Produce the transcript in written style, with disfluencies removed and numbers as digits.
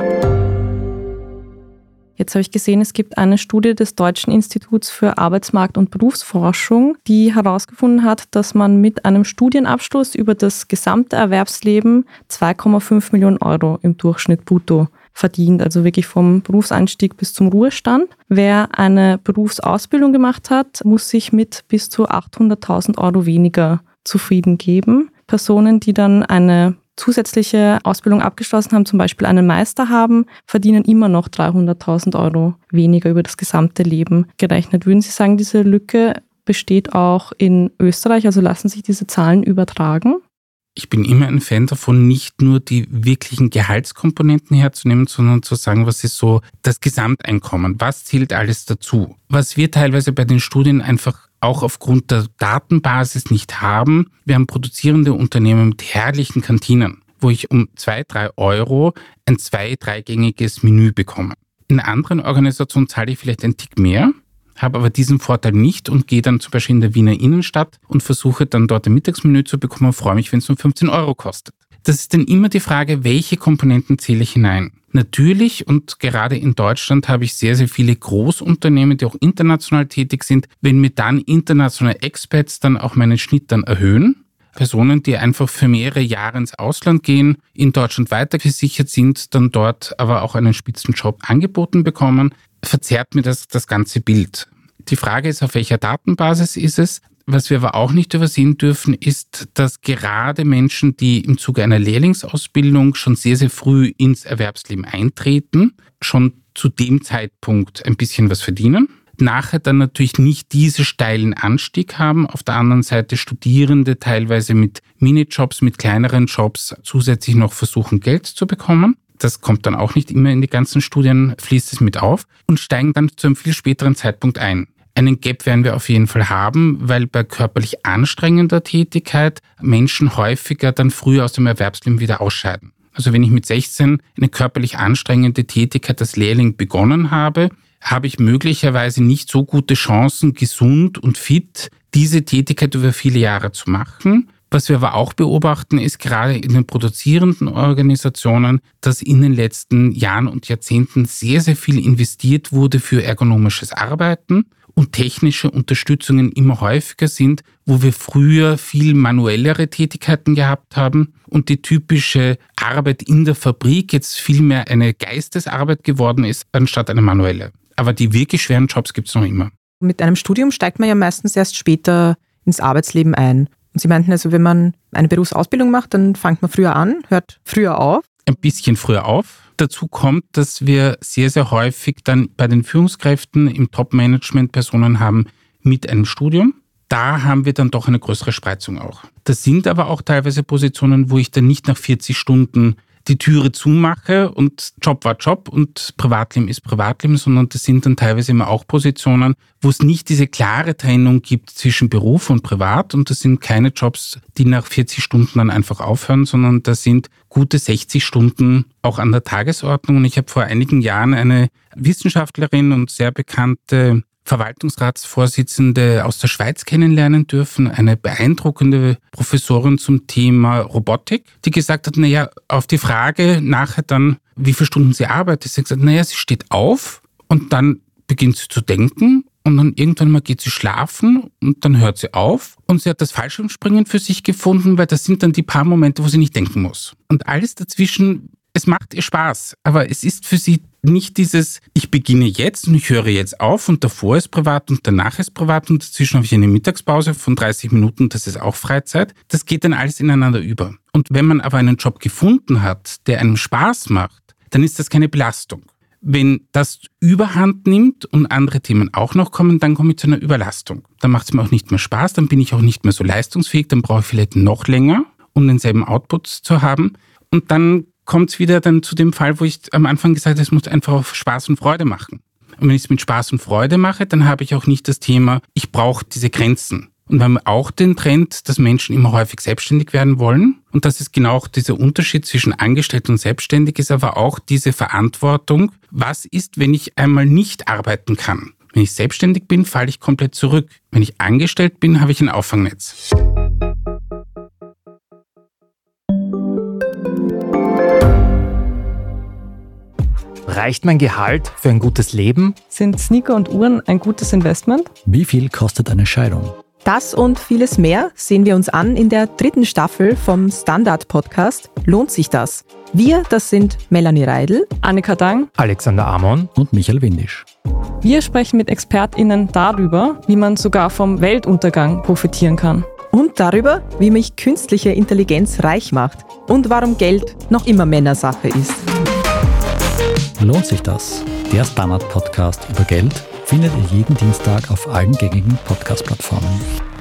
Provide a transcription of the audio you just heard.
Jetzt habe ich gesehen, es gibt eine Studie des Deutschen Instituts für Arbeitsmarkt- und Berufsforschung, die herausgefunden hat, dass man mit einem Studienabschluss über das gesamte Erwerbsleben 2,5 Millionen Euro im Durchschnitt brutto verdient, also wirklich vom Berufseinstieg bis zum Ruhestand. Wer eine Berufsausbildung gemacht hat, muss sich mit bis zu 800.000 Euro weniger zufrieden geben. Personen, die dann eine zusätzliche Ausbildung abgeschlossen haben, zum Beispiel einen Meister haben, verdienen immer noch 300.000 Euro weniger über das gesamte Leben gerechnet. Würden Sie sagen, diese Lücke besteht auch in Österreich? Also lassen sich diese Zahlen übertragen? Ich bin immer ein Fan davon, nicht nur die wirklichen Gehaltskomponenten herzunehmen, sondern zu sagen, was ist so das Gesamteinkommen? Was zählt alles dazu? Was wir teilweise bei den Studien einfach auch aufgrund der Datenbasis nicht haben. Wir haben produzierende Unternehmen mit herrlichen Kantinen, wo ich um 2-3 Euro ein 2-3-gängiges Menü bekomme. In anderen Organisationen zahle ich vielleicht einen Tick mehr, habe aber diesen Vorteil nicht und gehe dann zum Beispiel in der Wiener Innenstadt und versuche dann dort ein Mittagsmenü zu bekommen und freue mich, wenn es nur 15 Euro kostet. Das ist dann immer die Frage, welche Komponenten zähle ich hinein? Natürlich, und gerade in Deutschland habe ich sehr, sehr viele Großunternehmen, die auch international tätig sind. Wenn mir dann internationale Expats dann auch meinen Schnitt dann erhöhen, Personen, die einfach für mehrere Jahre ins Ausland gehen, in Deutschland weiter gesichert sind, dann dort aber auch einen Spitzenjob angeboten bekommen, verzerrt mir das ganze Bild. Die Frage ist, auf welcher Datenbasis ist es? Was wir aber auch nicht übersehen dürfen, ist, dass gerade Menschen, die im Zuge einer Lehrlingsausbildung schon sehr, sehr früh ins Erwerbsleben eintreten, schon zu dem Zeitpunkt ein bisschen was verdienen. Nachher dann natürlich nicht diesen steilen Anstieg haben. Auf der anderen Seite Studierende teilweise mit Minijobs, mit kleineren Jobs zusätzlich noch versuchen, Geld zu bekommen. Das kommt dann auch nicht immer in die ganzen Studien, fließt es mit auf und steigen dann zu einem viel späteren Zeitpunkt ein. Einen Gap werden wir auf jeden Fall haben, weil bei körperlich anstrengender Tätigkeit Menschen häufiger dann früher aus dem Erwerbsleben wieder ausscheiden. Also wenn ich mit 16 eine körperlich anstrengende Tätigkeit als Lehrling begonnen habe, habe ich möglicherweise nicht so gute Chancen, gesund und fit diese Tätigkeit über viele Jahre zu machen. Was wir aber auch beobachten, ist gerade in den produzierenden Organisationen, dass in den letzten Jahren und Jahrzehnten sehr, sehr viel investiert wurde für ergonomisches Arbeiten und technische Unterstützungen immer häufiger sind, wo wir früher viel manuellere Tätigkeiten gehabt haben und die typische Arbeit in der Fabrik jetzt viel mehr eine Geistesarbeit geworden ist, anstatt eine manuelle. Aber die wirklich schweren Jobs gibt es noch immer. Mit einem Studium steigt man ja meistens erst später ins Arbeitsleben ein. Und Sie meinten also, wenn man eine Berufsausbildung macht, dann fängt man früher an, hört früher auf? Ein bisschen früher auf. Dazu kommt, dass wir sehr, sehr häufig dann bei den Führungskräften im Top-Management Personen haben mit einem Studium. Da haben wir dann doch eine größere Spreizung auch. Das sind aber auch teilweise Positionen, wo ich dann nicht nach 40 Stunden die Türe zumache und Job war Job und Privatleben ist Privatleben, sondern das sind dann teilweise immer auch Positionen, wo es nicht diese klare Trennung gibt zwischen Beruf und Privat und das sind keine Jobs, die nach 40 Stunden dann einfach aufhören, sondern das sind gute 60 Stunden auch an der Tagesordnung und ich habe vor einigen Jahren eine Wissenschaftlerin und sehr bekannte Verwaltungsratsvorsitzende aus der Schweiz kennenlernen dürfen, eine beeindruckende Professorin zum Thema Robotik, die gesagt hat, auf die Frage nachher dann, wie viele Stunden sie arbeitet, sie hat gesagt, sie steht auf und dann beginnt sie zu denken und dann irgendwann mal geht sie schlafen und dann hört sie auf und sie hat das Fallschirmspringen für sich gefunden, weil das sind dann die paar Momente, wo sie nicht denken muss. Und alles dazwischen, es macht ihr Spaß, aber es ist für sie nicht dieses, ich beginne jetzt und ich höre jetzt auf und davor ist privat und danach ist privat und dazwischen habe ich eine Mittagspause von 30 Minuten, das ist auch Freizeit. Das geht dann alles ineinander über. Und wenn man aber einen Job gefunden hat, der einem Spaß macht, dann ist das keine Belastung. Wenn das Überhand nimmt und andere Themen auch noch kommen, dann komme ich zu einer Überlastung. Dann macht es mir auch nicht mehr Spaß, dann bin ich auch nicht mehr so leistungsfähig, dann brauche ich vielleicht noch länger, um denselben Output zu haben und dann kommt es wieder dann zu dem Fall, wo ich am Anfang gesagt habe, es muss einfach auf Spaß und Freude machen. Und wenn ich es mit Spaß und Freude mache, dann habe ich auch nicht das Thema, ich brauche diese Grenzen. Und wir haben auch den Trend, dass Menschen immer häufig selbstständig werden wollen. Und das ist genau auch dieser Unterschied zwischen Angestellt und Selbstständig, ist aber auch diese Verantwortung. Was ist, wenn ich einmal nicht arbeiten kann? Wenn ich selbstständig bin, falle ich komplett zurück. Wenn ich angestellt bin, habe ich ein Auffangnetz. Reicht mein Gehalt für ein gutes Leben? Sind Sneaker und Uhren ein gutes Investment? Wie viel kostet eine Scheidung? Das und vieles mehr sehen wir uns an in der 3. Staffel vom Standard-Podcast Lohnt sich das? Wir, das sind Melanie Reidl, Annika Dang, Alexander Amon Und Michael Windisch. Wir sprechen mit ExpertInnen darüber, wie man sogar vom Weltuntergang profitieren kann. und darüber, wie mich künstliche Intelligenz reich macht und warum Geld noch immer Männersache ist. Lohnt sich das? Der Standard-Podcast über Geld findet ihr jeden Dienstag auf allen gängigen Podcast-Plattformen.